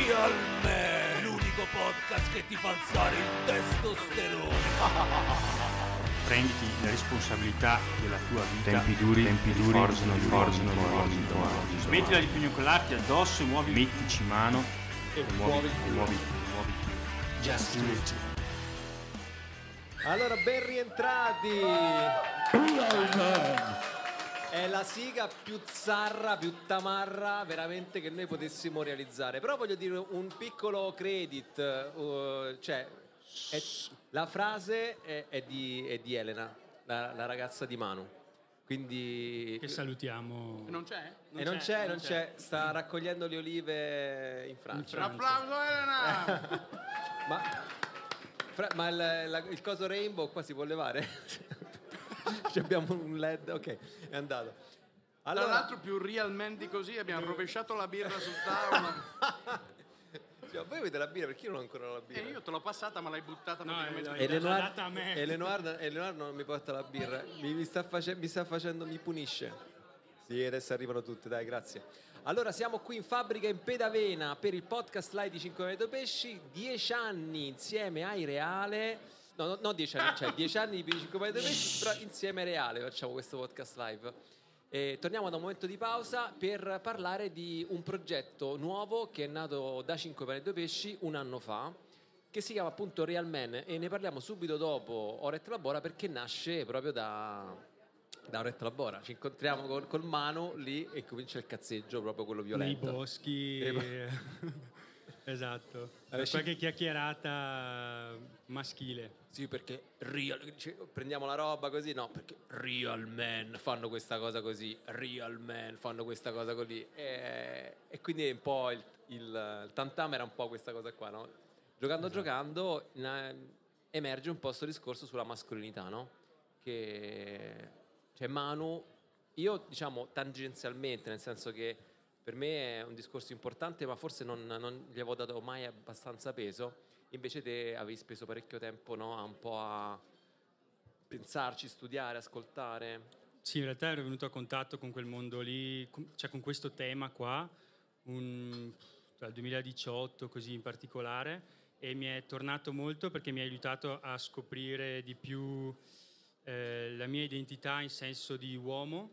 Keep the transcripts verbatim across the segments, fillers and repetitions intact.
Real Man, l'unico podcast che ti fa alzare il testosterone. Prenditi la responsabilità della tua vita. Tempi duri, tempi duri, forzano, forzano, forzano, smettila di pignocolarti addosso, muovi, mettici mano e muovi, muovi, muovi. Just do it. Allora, ben rientrati. È la sigla più zarra, più tamarra veramente che noi potessimo realizzare. Però voglio dire un piccolo credit, uh, cioè è, la frase è, è, di, è di Elena, la, la ragazza di Manu. Quindi che salutiamo. Non c'è? Non e non c'è, c'è, non c'è. c'è. Sta raccogliendo le olive in Francia. Un applauso, Elena! ma fra, ma il, la, il coso Rainbow qua si può levare? Abbiamo un L E D, ok, è andato. Allora, tra l'altro più Real Man di così abbiamo rovesciato la birra sul tavolo. Cioè, voi avete la birra, perché io non ho ancora la birra? E io te l'ho passata ma l'hai buttata no, praticamente. E Lenoir, a me. E Lenoir, e Lenoir non mi porta la birra, mi, mi, sta face, mi sta facendo, mi punisce. Sì, adesso arrivano tutte, dai, grazie. Allora siamo qui in fabbrica in Pedavena per il podcast live di cinque metri pesci, dieci anni insieme ai Reale. No, no, non dieci anni, cioè dieci anni di cinque metri pesci, però insieme Reale facciamo questo podcast live. E torniamo da un momento di pausa per parlare di un progetto nuovo che è nato da cinque metri pesci un anno fa, che si chiama appunto Real Man, e ne parliamo subito dopo Oretta Labora, perché nasce proprio da, da Oretta Labora. Ci incontriamo col, col Manu lì e comincia il cazzeggio, proprio quello violento. Nei boschi. E... esatto. Allora, qualche chiacchierata maschile. Sì, perché real, cioè, prendiamo la roba così, no, perché Real Man fanno questa cosa così, Real Man fanno questa cosa così, e, e quindi è un po' il, il, il tantam era un po' questa cosa qua, no? Giocando esatto. giocando na, emerge un po' questo discorso sulla mascolinità, no? Che cioè Manu, io diciamo tangenzialmente, nel senso che per me è un discorso importante, ma forse non, non gli avevo dato mai abbastanza peso. Invece te avevi speso parecchio tempo, no? A un po' a pensarci, studiare, ascoltare. Sì, in realtà ero venuto a contatto con quel mondo lì, cioè con questo tema qua, un, dal duemiladiciotto così in particolare, e mi è tornato molto perché mi ha aiutato a scoprire di più eh, la mia identità in senso di uomo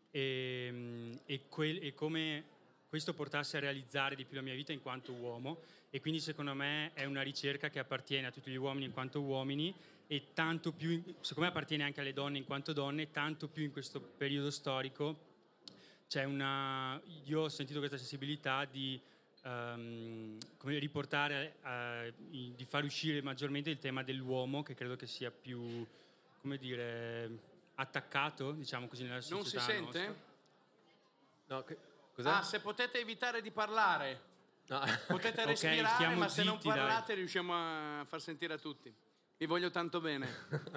e, e, quel, e come questo portasse a realizzare di più la mia vita in quanto uomo. E quindi secondo me è una ricerca che appartiene a tutti gli uomini in quanto uomini, e tanto più, secondo me appartiene anche alle donne in quanto donne, tanto più in questo periodo storico c'è una, io ho sentito questa sensibilità di um, come riportare, uh, di far uscire maggiormente il tema dell'uomo, che credo che sia più, come dire, attaccato, diciamo così, nella società. Non si sente? Nostra. No, che, cos'è? Ah, se potete evitare di parlare. No. Potete respirare, okay, ma se non parlate dai. Riusciamo a far sentire a tutti. Vi voglio tanto bene.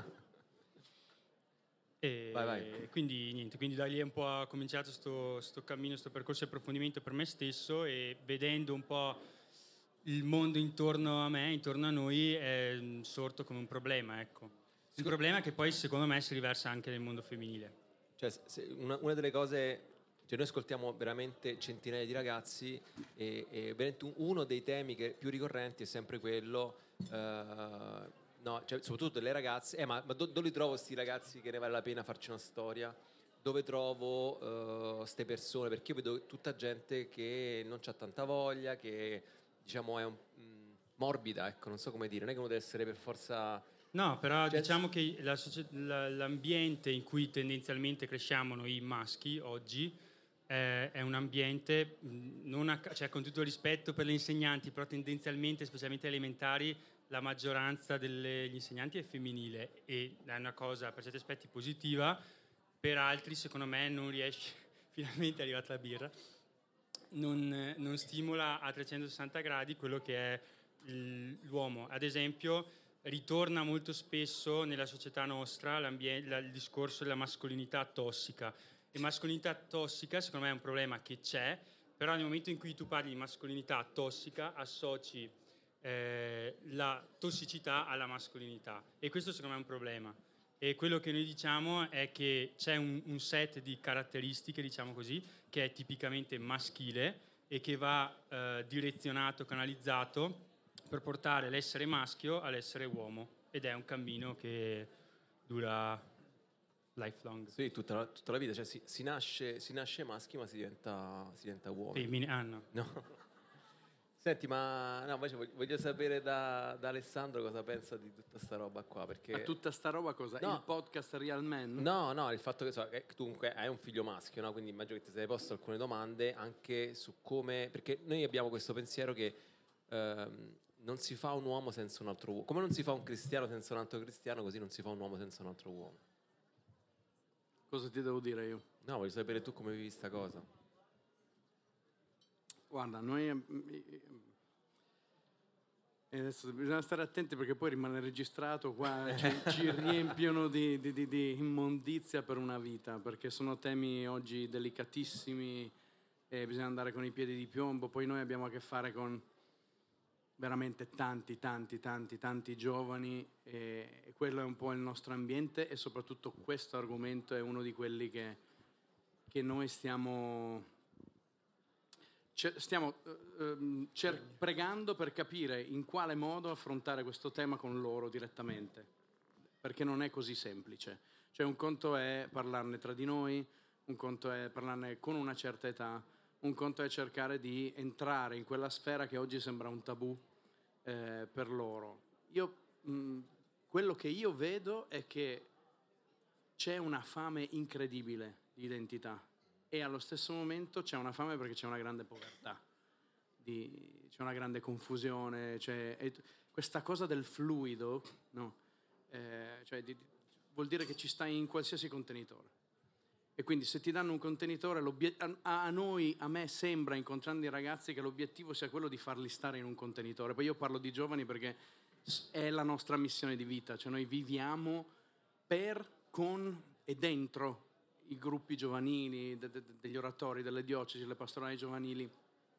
E vai, vai. Quindi niente, quindi da lì è un po' ha cominciato sto, sto cammino, sto percorso di approfondimento per me stesso, e vedendo un po' il mondo intorno a me, intorno a noi, è sorto come un problema, ecco. Un sì. problema che poi secondo me si riversa anche nel mondo femminile. Cioè, una, una delle cose... Cioè noi ascoltiamo veramente centinaia di ragazzi e, e veramente uno dei temi che più ricorrenti è sempre quello, uh, no, cioè soprattutto delle ragazze, eh, ma, ma do, dove li trovo questi ragazzi che ne vale la pena farci una storia? Dove trovo queste uh, persone? Perché io vedo tutta gente che non c'ha tanta voglia, che diciamo è un, mh, morbida, ecco, non so come dire, non è che uno deve essere per forza... No, però cioè, diciamo che la, la, l'ambiente in cui tendenzialmente cresciamo noi maschi oggi è un ambiente, non a, cioè con tutto il rispetto per le insegnanti, però tendenzialmente, specialmente elementari, la maggioranza degli insegnanti è femminile, e è una cosa per certi aspetti positiva, per altri secondo me non riesce, finalmente è arrivata la birra, non, non stimola a trecentosessanta gradi quello che è l'uomo. Ad esempio ritorna molto spesso nella società nostra il discorso della mascolinità tossica. E mascolinità tossica secondo me è un problema che c'è, però nel momento in cui tu parli di mascolinità tossica associ eh, la tossicità alla mascolinità, e questo secondo me è un problema. E quello che noi diciamo è che c'è un, un set di caratteristiche, diciamo così, che è tipicamente maschile, e che va eh, direzionato, canalizzato per portare l'essere maschio all'essere uomo, ed è un cammino che dura lifelong. Sì, tutta la, tutta la vita, cioè si, si, nasce, si nasce maschi ma si diventa, si diventa uomo. Femmine, ah no. No. Senti, ma no, invece voglio, voglio sapere da, da Alessandro cosa pensa di tutta sta roba qua, perché... Ma tutta sta roba cosa? No. Il podcast Real Man? No, no, il fatto che, so, che tu comunque hai un figlio maschio, no? Quindi immagino che ti sei posto alcune domande anche su come... Perché noi abbiamo questo pensiero che ehm, non si fa un uomo senza un altro uomo. Come non si fa un cristiano senza un altro cristiano, così non si fa un uomo senza un altro uomo. Cosa ti devo dire io? No, voglio sapere tu come vivi sta cosa. Guarda, noi... E adesso bisogna stare attenti perché poi rimane registrato qua, ci, ci riempiono di, di, di, di immondizia per una vita, perché sono temi oggi delicatissimi e bisogna andare con i piedi di piombo. Poi noi abbiamo a che fare con veramente tanti, tanti, tanti, tanti giovani e, e quello è un po' il nostro ambiente, e soprattutto questo argomento è uno di quelli che, che noi stiamo... Stiamo uh, cer- pregando per capire in quale modo affrontare questo tema con loro direttamente, perché non è così semplice. Cioè, un conto è parlarne tra di noi, un conto è parlarne con una certa età, un conto è cercare di entrare in quella sfera che oggi sembra un tabù eh, per loro. Io, mh, quello che io vedo è che c'è una fame incredibile di identità. E allo stesso momento c'è una fame perché c'è una grande povertà, di, c'è una grande confusione, c'è, e questa cosa del fluido, no? eh, cioè di, vuol dire che ci stai in qualsiasi contenitore. E quindi se ti danno un contenitore, a, a noi, a me sembra, incontrando i ragazzi, che l'obiettivo sia quello di farli stare in un contenitore. Poi io parlo di giovani perché è la nostra missione di vita, cioè noi viviamo per, con e dentro i gruppi giovanili, de, de, degli oratori, delle diocesi, le pastorali giovanili.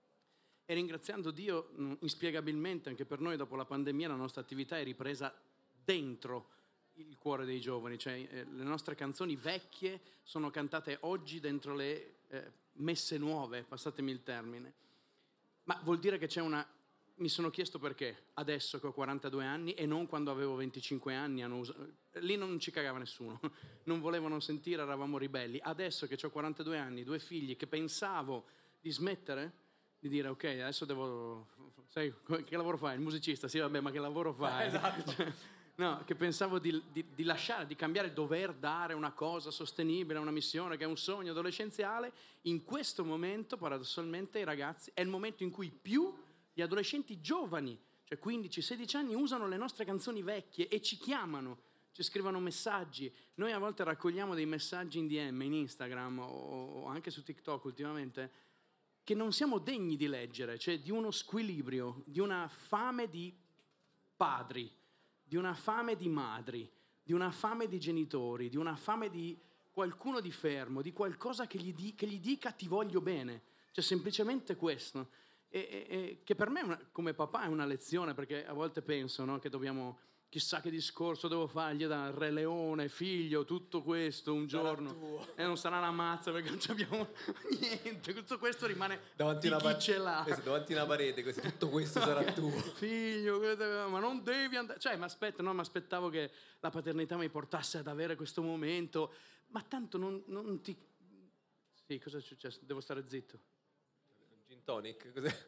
E ringraziando Dio, inspiegabilmente, anche per noi dopo la pandemia la nostra attività è ripresa dentro il cuore dei giovani. Cioè eh, le nostre canzoni vecchie sono cantate oggi dentro le eh, messe nuove, passatemi il termine. Ma vuol dire che c'è una... Mi sono chiesto perché adesso che ho quarantadue anni e non quando avevo venticinque anni. Hanno us- lì non ci cagava nessuno, non volevano sentire, eravamo ribelli. Adesso che ho quarantadue anni, due figli, che pensavo di smettere, di dire ok, adesso devo... Sai, che lavoro fai? Il musicista? Sì, vabbè, ma che lavoro fai? Esatto. No, che pensavo di, di, di lasciare, di cambiare, dover dare una cosa sostenibile, una missione che è un sogno adolescenziale. In questo momento, paradossalmente, i ragazzi, è il momento in cui più gli adolescenti giovani, cioè quindici sedici anni, usano le nostre canzoni vecchie e ci chiamano, ci scrivono messaggi. Noi a volte raccogliamo dei messaggi in D M, in Instagram o anche su TikTok ultimamente, che non siamo degni di leggere, cioè di uno squilibrio, di una fame di padri, di una fame di madri, di una fame di genitori, di una fame di qualcuno di fermo, di qualcosa che gli, di, che gli dica ti voglio bene, cioè semplicemente questo. E, e, e che per me una, come papà è una lezione, perché a volte penso, no, che dobbiamo, chissà che discorso devo fargli da Re Leone, figlio, tutto questo un giorno e eh, non sarà una mazza perché non abbiamo niente, tutto questo rimane davanti di chi par- ce l'ha questo, davanti a una parete, questo, tutto questo sarà tuo figlio, ma non devi andare, cioè ma aspetta, no, mi aspettavo che la paternità mi portasse ad avere questo momento, ma tanto non, non ti... Sì, cosa è successo? Devo stare zitto. Gin tonic, cos'è?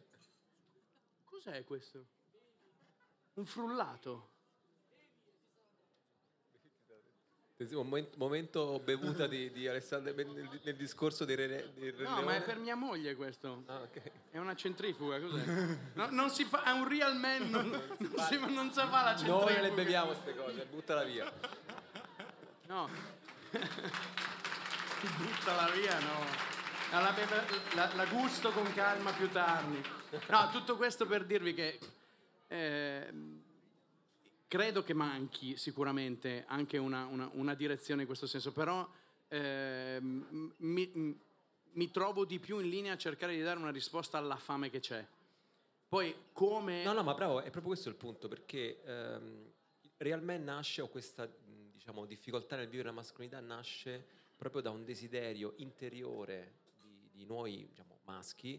Cos'è questo? Un frullato. Un momento, momento bevuta di, di Alessandro nel, nel discorso dei Re, dei Re No, Leone. ma è per mia moglie questo. Ah, okay. È una centrifuga, cos'è? No, non si fa, è un real man, non, non, si, non si fa la centrifuga. Noi le beviamo queste cose, buttala via. No. Buttala via, no. La, la, la gusto con calma più tardi. No, tutto questo per dirvi che eh, credo che manchi sicuramente anche una, una, una direzione in questo senso, però eh, mi, mi trovo di più in linea a cercare di dare una risposta alla fame che c'è. Poi come... No, no, ma bravo, è proprio questo il punto, perché ehm, Real Man nasce, o questa diciamo difficoltà nel vivere la mascolinità nasce proprio da un desiderio interiore di noi, diciamo, maschi,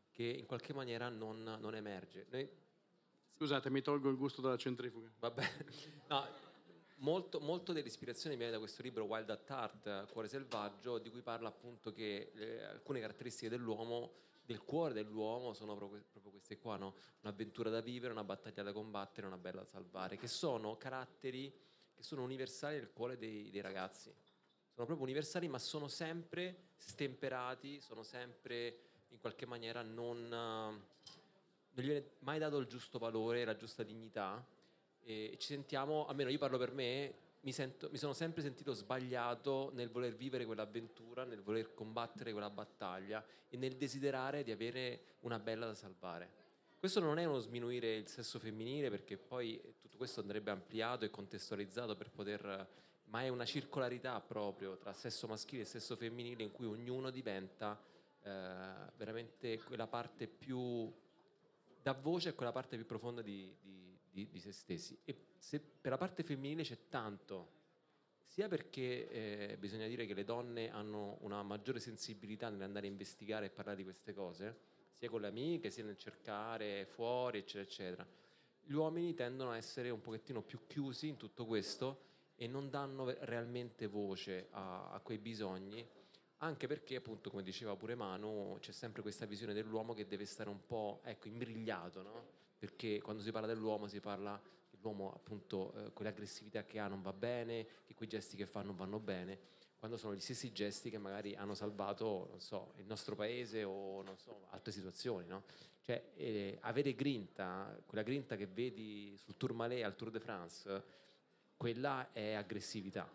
che in qualche maniera non, non emerge. Noi, Scusate, mi tolgo il gusto dalla centrifuga. vabbè, no, molto, molto dell'ispirazione viene da questo libro Wild at Heart, Cuore selvaggio, di cui parla appunto che eh, alcune caratteristiche dell'uomo, del cuore dell'uomo, sono proprio, proprio queste qua, no? Un'avventura da vivere, una battaglia da combattere, una bella da salvare, che sono caratteri che sono universali nel cuore dei, dei ragazzi. Sono proprio universali, ma sono sempre stemperati, sono sempre in qualche maniera non, non gli viene mai dato il giusto valore, la giusta dignità, e ci sentiamo, almeno io parlo per me, mi, sento, mi sono sempre sentito sbagliato nel voler vivere quell'avventura, nel voler combattere quella battaglia e nel desiderare di avere una bella da salvare. Questo non è uno sminuire il sesso femminile, perché poi tutto questo andrebbe ampliato e contestualizzato per poter, ma è una circolarità proprio tra sesso maschile e sesso femminile, in cui ognuno diventa eh, veramente quella parte più dà voce a quella parte più profonda di, di, di, di se stessi. E se per la parte femminile c'è tanto, sia perché eh, bisogna dire che le donne hanno una maggiore sensibilità nell'andare a investigare e parlare di queste cose, sia con le amiche, sia nel cercare fuori, eccetera, eccetera. Gli uomini tendono a essere un pochettino più chiusi in tutto questo e non danno realmente voce a, a quei bisogni, anche perché, appunto, come diceva pure Manu, c'è sempre questa visione dell'uomo che deve stare un po', ecco, imbrigliato, no? Perché quando si parla dell'uomo si parla che l'uomo, appunto, eh, quell'aggressività che ha non va bene, che quei gesti che fa non vanno bene, quando sono gli stessi gesti che magari hanno salvato, non so, il nostro paese o, non so, altre situazioni, no? Cioè, eh, avere grinta, quella grinta che vedi sul Tourmalet al Tour de France, quella è aggressività.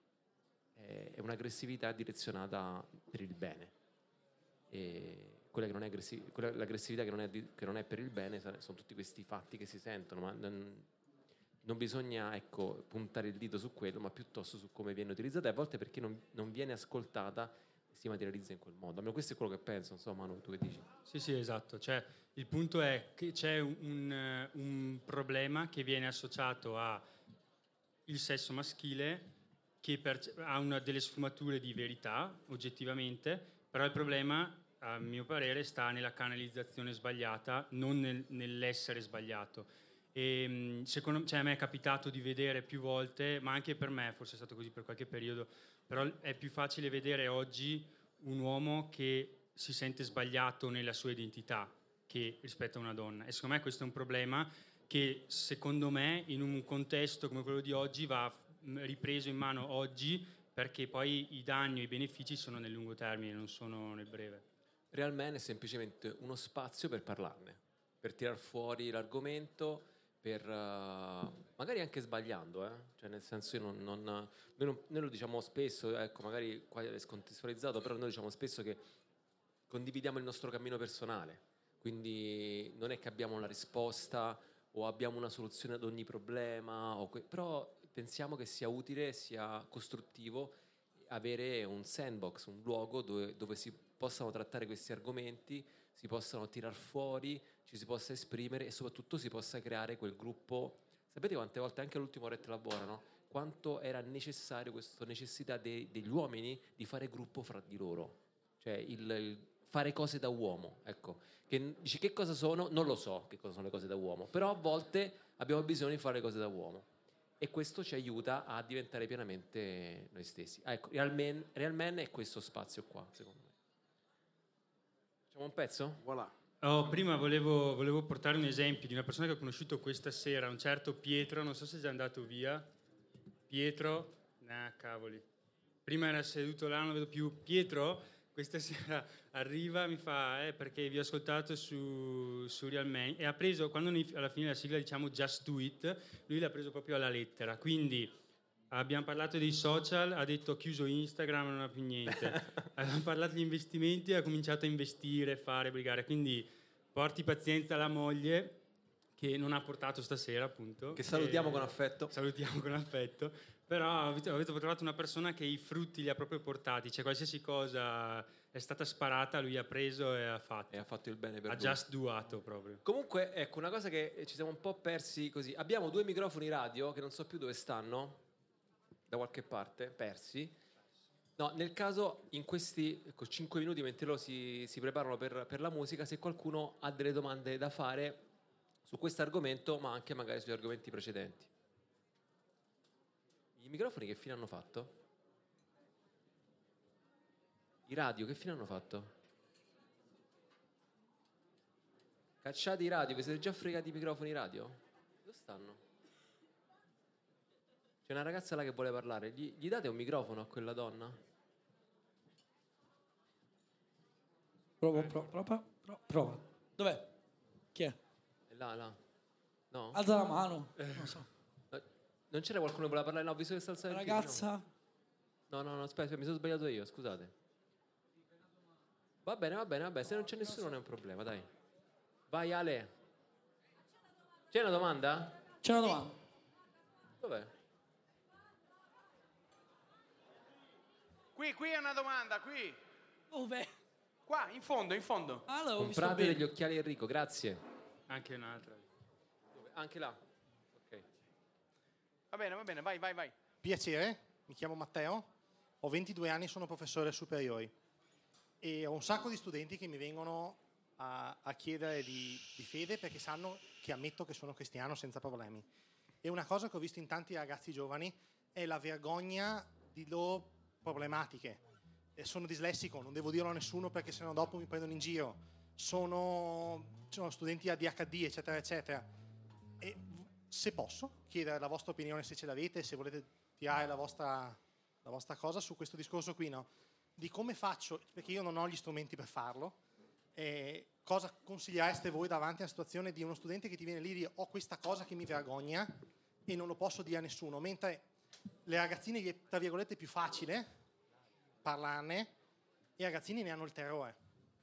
È un'aggressività direzionata per il bene. E quella che non è aggressi- quella, l'aggressività che non è, di- che non è per il bene sono tutti questi fatti che si sentono, ma non, non bisogna, ecco, puntare il dito su quello, ma piuttosto su come viene utilizzata, e a volte perché non, non viene ascoltata e si materializza in quel modo. Almeno questo è quello che penso, insomma, Manu, tu che dici? Sì, sì, esatto. Cioè, il punto è che c'è un, un problema che viene associato a il sesso maschile, che per, ha una delle sfumature di verità, oggettivamente, però il problema, a mio parere, sta nella canalizzazione sbagliata, non nel, nell'essere sbagliato. E, secondo, cioè, a me è capitato di vedere più volte, ma anche per me, forse è stato così per qualche periodo, però è più facile vedere oggi un uomo che si sente sbagliato nella sua identità che rispetto a una donna. E secondo me questo è un problema che, secondo me, in un contesto come quello di oggi va ripreso in mano oggi, perché poi i danni e i benefici sono nel lungo termine, non sono nel breve. Real Man è semplicemente uno spazio per parlarne, per tirar fuori l'argomento, per uh, magari anche sbagliando, eh? Cioè, nel senso, io non, non, noi, non, noi lo diciamo spesso, ecco, magari qua è scontestualizzato, però noi diciamo spesso che condividiamo il nostro cammino personale, quindi non è che abbiamo una risposta o abbiamo una soluzione ad ogni problema, o que- però pensiamo che sia utile, sia costruttivo avere un sandbox, un luogo dove, dove si possano trattare questi argomenti, si possano tirar fuori, ci si possa esprimere e soprattutto si possa creare quel gruppo. Sapete quante volte, anche l'ultimo Ret Lavora, no? Quanto era necessario questa necessità de, degli uomini di fare gruppo fra di loro, cioè il, il fare cose da uomo, ecco. Che dici che cosa sono? Non lo so che cosa sono le cose da uomo, però a volte abbiamo bisogno di fare le cose da uomo. E questo ci aiuta a diventare pienamente noi stessi. Ah, ecco, Real Man, Real Man è questo spazio qua, secondo me. Facciamo un pezzo? Voilà. Oh, prima volevo, volevo portare un esempio di una persona che ho conosciuto questa sera, un certo Pietro, non so se è già andato via. Pietro, nah, cavoli. Prima era seduto là, non lo vedo più. Pietro, questa sera arriva, mi fa, eh, perché vi ho ascoltato su, su Real Man, e ha preso, quando noi alla fine della sigla diciamo Just Do It, lui l'ha preso proprio alla lettera. Quindi abbiamo parlato dei social, ha detto ho chiuso Instagram, non ha più niente. Abbiamo parlato di investimenti, ha cominciato a investire, fare, brigare. Quindi porti pazienza alla moglie, che non ha portato stasera, appunto. Che salutiamo e con affetto. Salutiamo con affetto. Però avete, avete trovato una persona che i frutti li ha proprio portati, cioè qualsiasi cosa è stata sparata, lui ha preso e ha fatto. E ha fatto il bene per ha lui. just duato proprio. Comunque, ecco, una cosa che ci siamo un po' persi così. Abbiamo due microfoni radio che non so più dove stanno, da qualche parte, persi. No, nel caso, in questi ecco, cinque minuti, mentre loro si, si preparano per, per la musica, se qualcuno ha delle domande da fare su questo argomento, ma anche magari sugli argomenti precedenti. I microfoni che fine hanno fatto? I radio che fine hanno fatto? Cacciati i radio, vi siete già fregati i microfoni radio? Dove stanno? C'è una ragazza là che vuole parlare, gli, gli date un microfono a quella donna? Prova, prova, prova, prova, prova. Dov'è? Chi è? È là, là. No? Alza la mano. Non so. No, non c'era qualcuno che voleva parlare? No, ho visto che sta alzando il piede, Ragazza. No, no, no, aspetta, aspetta, mi sono sbagliato io, scusate. Va bene, va bene, va bene, se non c'è nessuno non è un problema, dai. Vai Ale. C'è una domanda? C'è una domanda. Dov'è? Qui, qui è una domanda, qui. Dove? Qua, in fondo, in fondo. Ah, l'avevo visto Comprate bene. degli occhiali Enrico, grazie. Anche un'altra. Dove? Anche là. Ok. Va bene, va bene, vai, vai, vai. Piacere, mi chiamo Matteo, ho ventidue anni, sono professore superiori e ho un sacco di studenti che mi vengono a, a chiedere di, di fede perché sanno che ammetto che sono cristiano senza problemi. E una cosa che ho visto in tanti ragazzi giovani è la vergogna di loro problematiche. Eh, sono dislessico, non devo dirlo a nessuno perché sennò dopo mi prendono in giro. Sono, sono studenti A D H D, eccetera, eccetera. E se posso chiedere la vostra opinione, se ce l'avete, se volete tirare la vostra, la vostra cosa su questo discorso qui, no? Di come faccio, perché io non ho gli strumenti per farlo, eh, cosa consigliereste voi davanti a una situazione di uno studente che ti viene lì e dice ho questa cosa che mi vergogna e non lo posso dire a nessuno, mentre le ragazzine gli è, tra virgolette, più facile parlarne e i ragazzini ne hanno il terrore.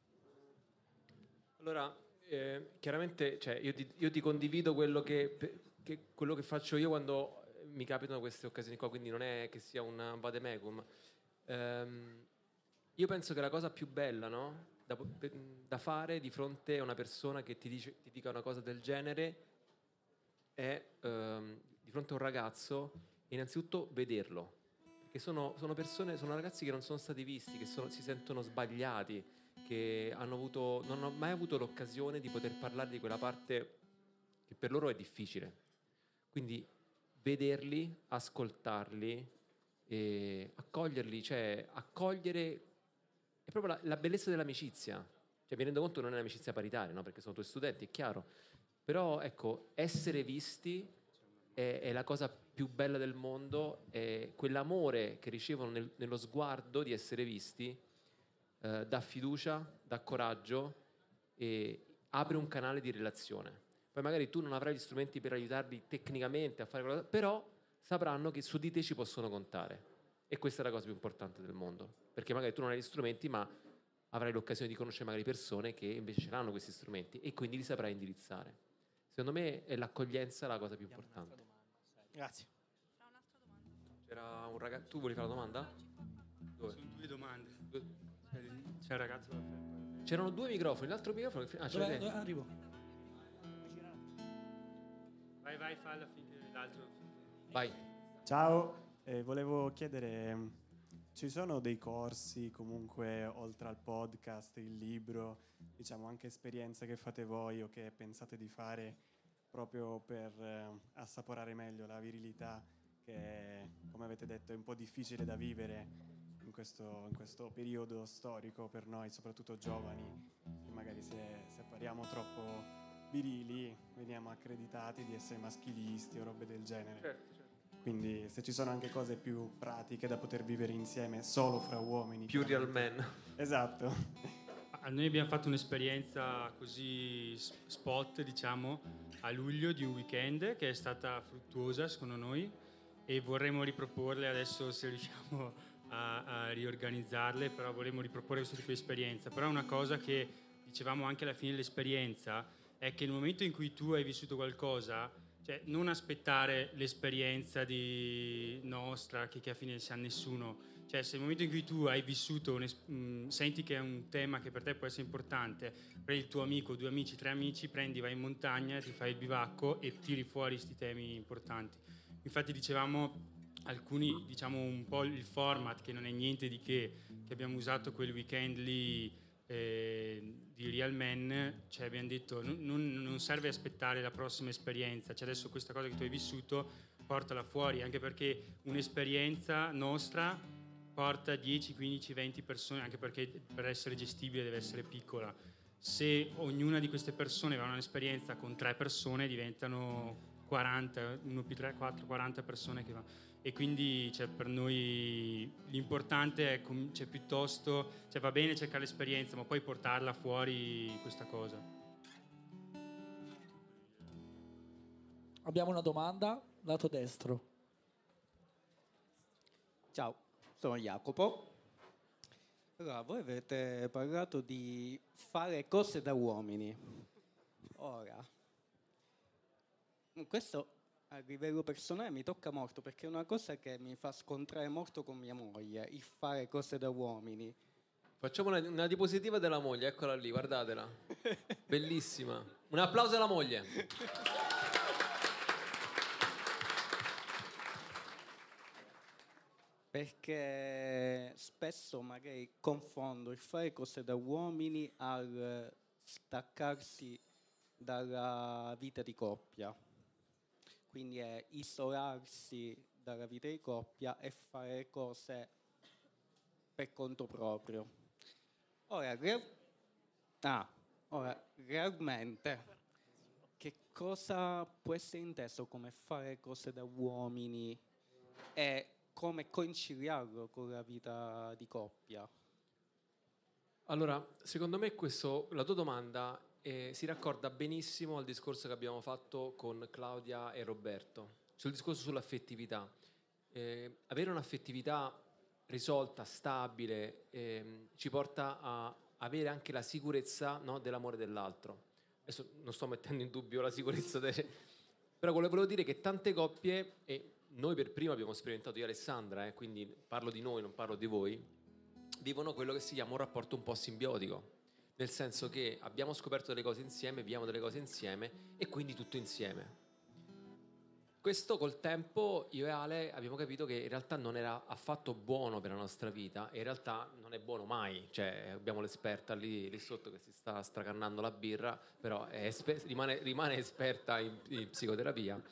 Allora, eh, chiaramente, cioè, io, ti, io ti condivido quello che, che, quello che faccio io quando mi capitano queste occasioni qua, quindi non è che sia un vademecum. Ehm, io penso che la cosa più bella, no? da, da fare di fronte a una persona che ti, dice, ti dica una cosa del genere è, ehm, di fronte a un ragazzo, innanzitutto vederlo. Perché sono, sono persone, sono ragazzi che non sono stati visti, che sono, si sentono sbagliati, che hanno avuto, non hanno mai avuto l'occasione di poter parlare di quella parte che per loro è difficile. Quindi vederli, ascoltarli e accoglierli, cioè accogliere è proprio la, la bellezza dell'amicizia. Cioè mi rendo conto che non è un'amicizia paritaria, no? Perché sono tuoi studenti, è chiaro. Però ecco, essere visti è, è la cosa più bella del mondo, è quell'amore che ricevono nel, nello sguardo di essere visti, eh, dà fiducia, dà coraggio e apre un canale di relazione. Poi magari tu non avrai gli strumenti per aiutarli tecnicamente a fare quella cosa, però sapranno che su di te ci possono contare. E questa è la cosa più importante del mondo, perché magari tu non hai gli strumenti, ma avrai l'occasione di conoscere magari persone che invece ce l'hanno questi strumenti e quindi li saprai indirizzare. Secondo me è l'accoglienza la cosa più importante. Grazie. C'era un ragazzo, tu volevi fare la domanda? Dove? Sono due domande. C'è un ragazzo. C'erano due microfoni, l'altro microfono. Ah, ce Dov'è? l'hai? Dov'è? Arrivo. Vai, vai, falla finché l'altro. Vai. Ciao, eh, volevo chiedere, ci sono dei corsi comunque oltre al podcast, il libro, diciamo anche esperienze che fate voi o che pensate di fare proprio per eh, assaporare meglio la virilità che, come avete detto, è un po' difficile da vivere in questo, in questo periodo storico per noi, soprattutto giovani, che magari se, se appariamo troppo virili veniamo accreditati di essere maschilisti o robe del genere. Certo, certo. Quindi se ci sono anche cose più pratiche da poter vivere insieme solo fra uomini. Più real man. Esatto. Noi abbiamo fatto un'esperienza così spot, diciamo, a luglio di un weekend che è stata fruttuosa secondo noi e vorremmo riproporle adesso se riusciamo a, a riorganizzarle, però vorremmo riproporre questo tipo di esperienza. Però una cosa che dicevamo anche alla fine dell'esperienza è che nel momento in cui tu hai vissuto qualcosa, cioè non aspettare l'esperienza di nostra che, che a fine sa nessuno, cioè se nel momento in cui tu hai vissuto mh, senti che è un tema che per te può essere importante, prendi il tuo amico, due amici, tre amici, prendi, vai in montagna, ti fai il bivacco e tiri fuori questi temi importanti. Infatti dicevamo alcuni, diciamo un po' il format che non è niente di che, che abbiamo usato quel weekend lì eh, di Real Men, cioè abbiamo detto non, non, non serve aspettare la prossima esperienza, cioè adesso questa cosa che tu hai vissuto portala fuori, anche perché un'esperienza nostra porta dieci, quindici, venti persone, anche perché per essere gestibile deve essere piccola. Se ognuna di queste persone va a un'esperienza con tre persone, diventano quaranta, uno più tre, quattro, quaranta persone che va. E quindi cioè, per noi l'importante è cioè, piuttosto, cioè, va bene cercare l'esperienza, ma poi portarla fuori questa cosa. Abbiamo una domanda, lato destro. Ciao, sono Jacopo. Allora, voi avete parlato di fare cose da uomini. Ora, questo a livello personale mi tocca molto perché è una cosa che mi fa scontrare molto con mia moglie, il fare cose da uomini. Facciamo una, una diapositiva della moglie, eccola lì, guardatela. Bellissima. Un applauso alla moglie. Perché spesso magari confondo il fare cose da uomini al staccarsi dalla vita di coppia. Quindi è isolarsi dalla vita di coppia e fare cose per conto proprio. Ora, real- ah, ora realmente, che cosa può essere inteso come fare cose da uomini e come conciliarlo con la vita di coppia? Allora, secondo me questo, la tua domanda eh, si raccorda benissimo al discorso che abbiamo fatto con Claudia e Roberto, sul discorso sull'affettività. Eh, avere un'affettività risolta, stabile, eh, ci porta a avere anche la sicurezza, no, dell'amore dell'altro. Adesso non sto mettendo in dubbio la sicurezza, de... però volevo dire che tante coppie, e noi per primo abbiamo sperimentato io e Alessandra, eh, quindi parlo di noi, non parlo di voi, vivono quello che si chiama un rapporto un po' simbiotico, nel senso che abbiamo scoperto delle cose insieme, viviamo delle cose insieme e quindi tutto insieme. Questo col tempo io e Ale abbiamo capito che in realtà non era affatto buono per la nostra vita e in realtà non è buono mai, cioè abbiamo l'esperta lì, lì sotto che si sta stracannando la birra, però è esper- rimane, rimane esperta in, in psicoterapia,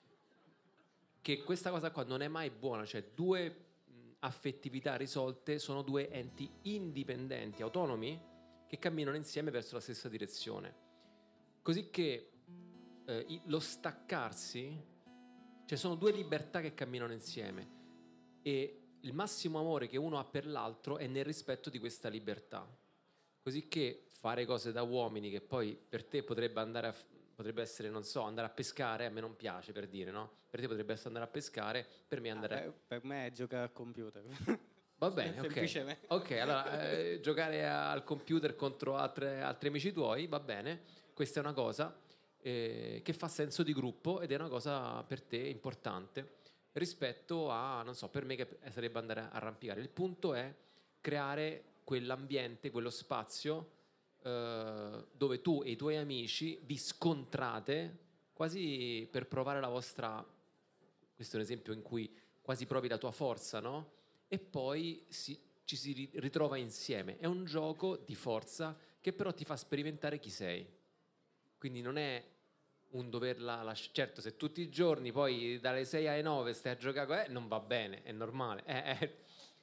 che questa cosa qua non è mai buona, cioè due affettività risolte sono due enti indipendenti, autonomi, che camminano insieme verso la stessa direzione. Così che eh, lo staccarsi, cioè sono due libertà che camminano insieme e il massimo amore che uno ha per l'altro è nel rispetto di questa libertà. Così che fare cose da uomini che poi per te potrebbe andare a potrebbe essere, non so, andare a pescare, a me non piace, per dire, no? Per te potrebbe essere andare a pescare, per me andare ah, a... Per me è giocare al computer. Va bene, ok. Ok, allora, eh, giocare al computer contro altre, altri amici tuoi, va bene. Questa è una cosa eh, che fa senso di gruppo ed è una cosa per te importante rispetto a, non so, per me che sarebbe andare a arrampicare. Il punto è creare quell'ambiente, quello spazio Uh, dove tu e i tuoi amici vi scontrate quasi per provare la vostra, questo è un esempio in cui quasi provi la tua forza, no? E poi si, ci si ritrova insieme. È un gioco di forza che però ti fa sperimentare chi sei, quindi non è un doverla lasciare. Certo, se tutti i giorni poi dalle sei alle nove stai a giocare, eh, non va bene, è normale. eh, eh.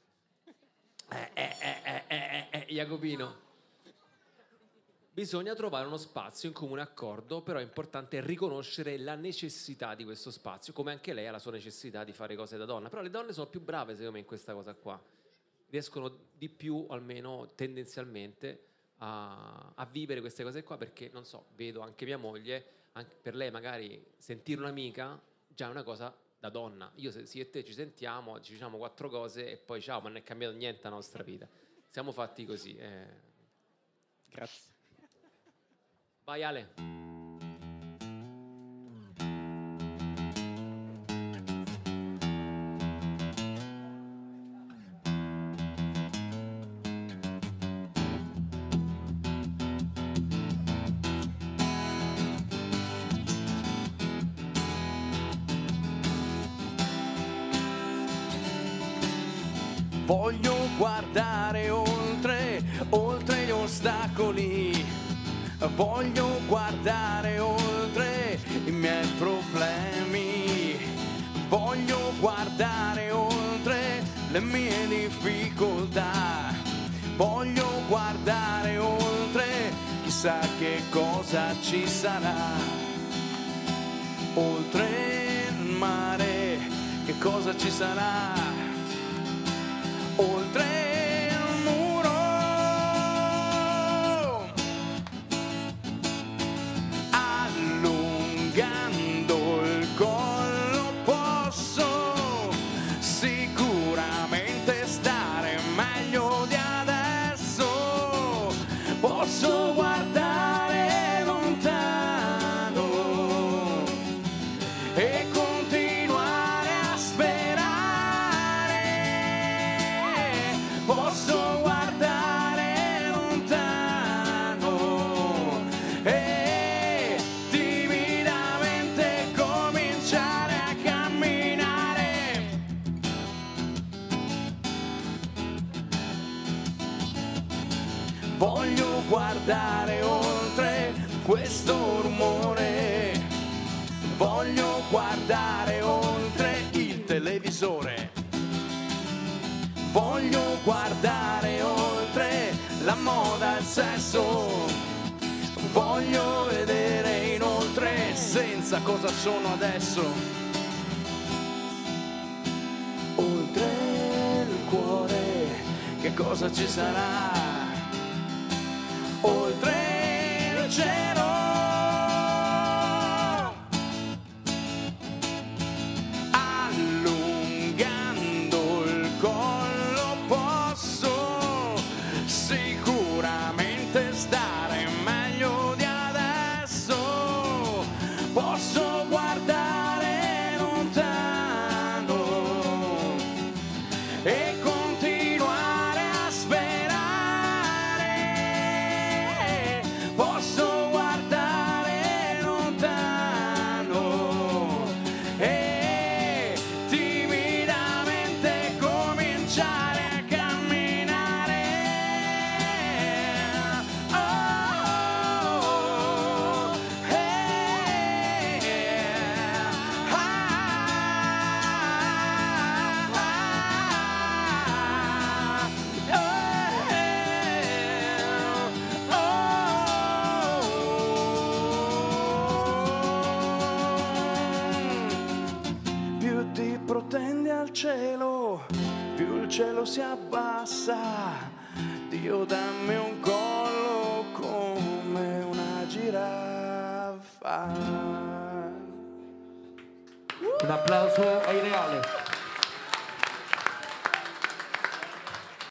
Eh, eh, eh, eh, eh, eh, Jacopino, bisogna trovare uno spazio in comune accordo, però è importante riconoscere la necessità di questo spazio, come anche lei ha la sua necessità di fare cose da donna. Però le donne sono più brave, secondo me, in questa cosa qua. Riescono di più, almeno tendenzialmente, a, a vivere queste cose qua, perché, non so, vedo anche mia moglie, anche per lei magari sentire un'amica già è una cosa da donna. Io, se io e te ci sentiamo, ci diciamo quattro cose e poi ciao, ma non è cambiato niente la nostra vita. Siamo fatti così. Eh. Grazie. Vai Ale. Voglio guardare oltre, oltre gli ostacoli. Voglio guardare oltre i miei problemi. Voglio guardare oltre le mie difficoltà. Voglio guardare oltre, chissà che cosa ci sarà. Oltre il mare, che cosa ci sarà? Oltre il muro, allungando il collo posso sicuramente stare meglio di adesso. Posso guardare lontano e continuare a sperare. Posso guardare lontano e timidamente cominciare a camminare. Voglio guardare oltre questo rumore. Voglio guardare oltre il televisore. Voglio guardare oltre la moda e il sesso. Voglio vedere inoltre senza cosa sono adesso. Oltre il cuore, che cosa ci sarà? Oltre il cielo, allungando il collo posso sicuramente stare meglio di adesso. Posso guardare lontano e continuare a sperare. Posso guardare lontano e timidamente cominciare a camminare. Oh, hey, ah, più ti protendi al cielo, più il cielo si abbassa. Dio, dammi un collo come una giraffa. Un applauso ai Reale.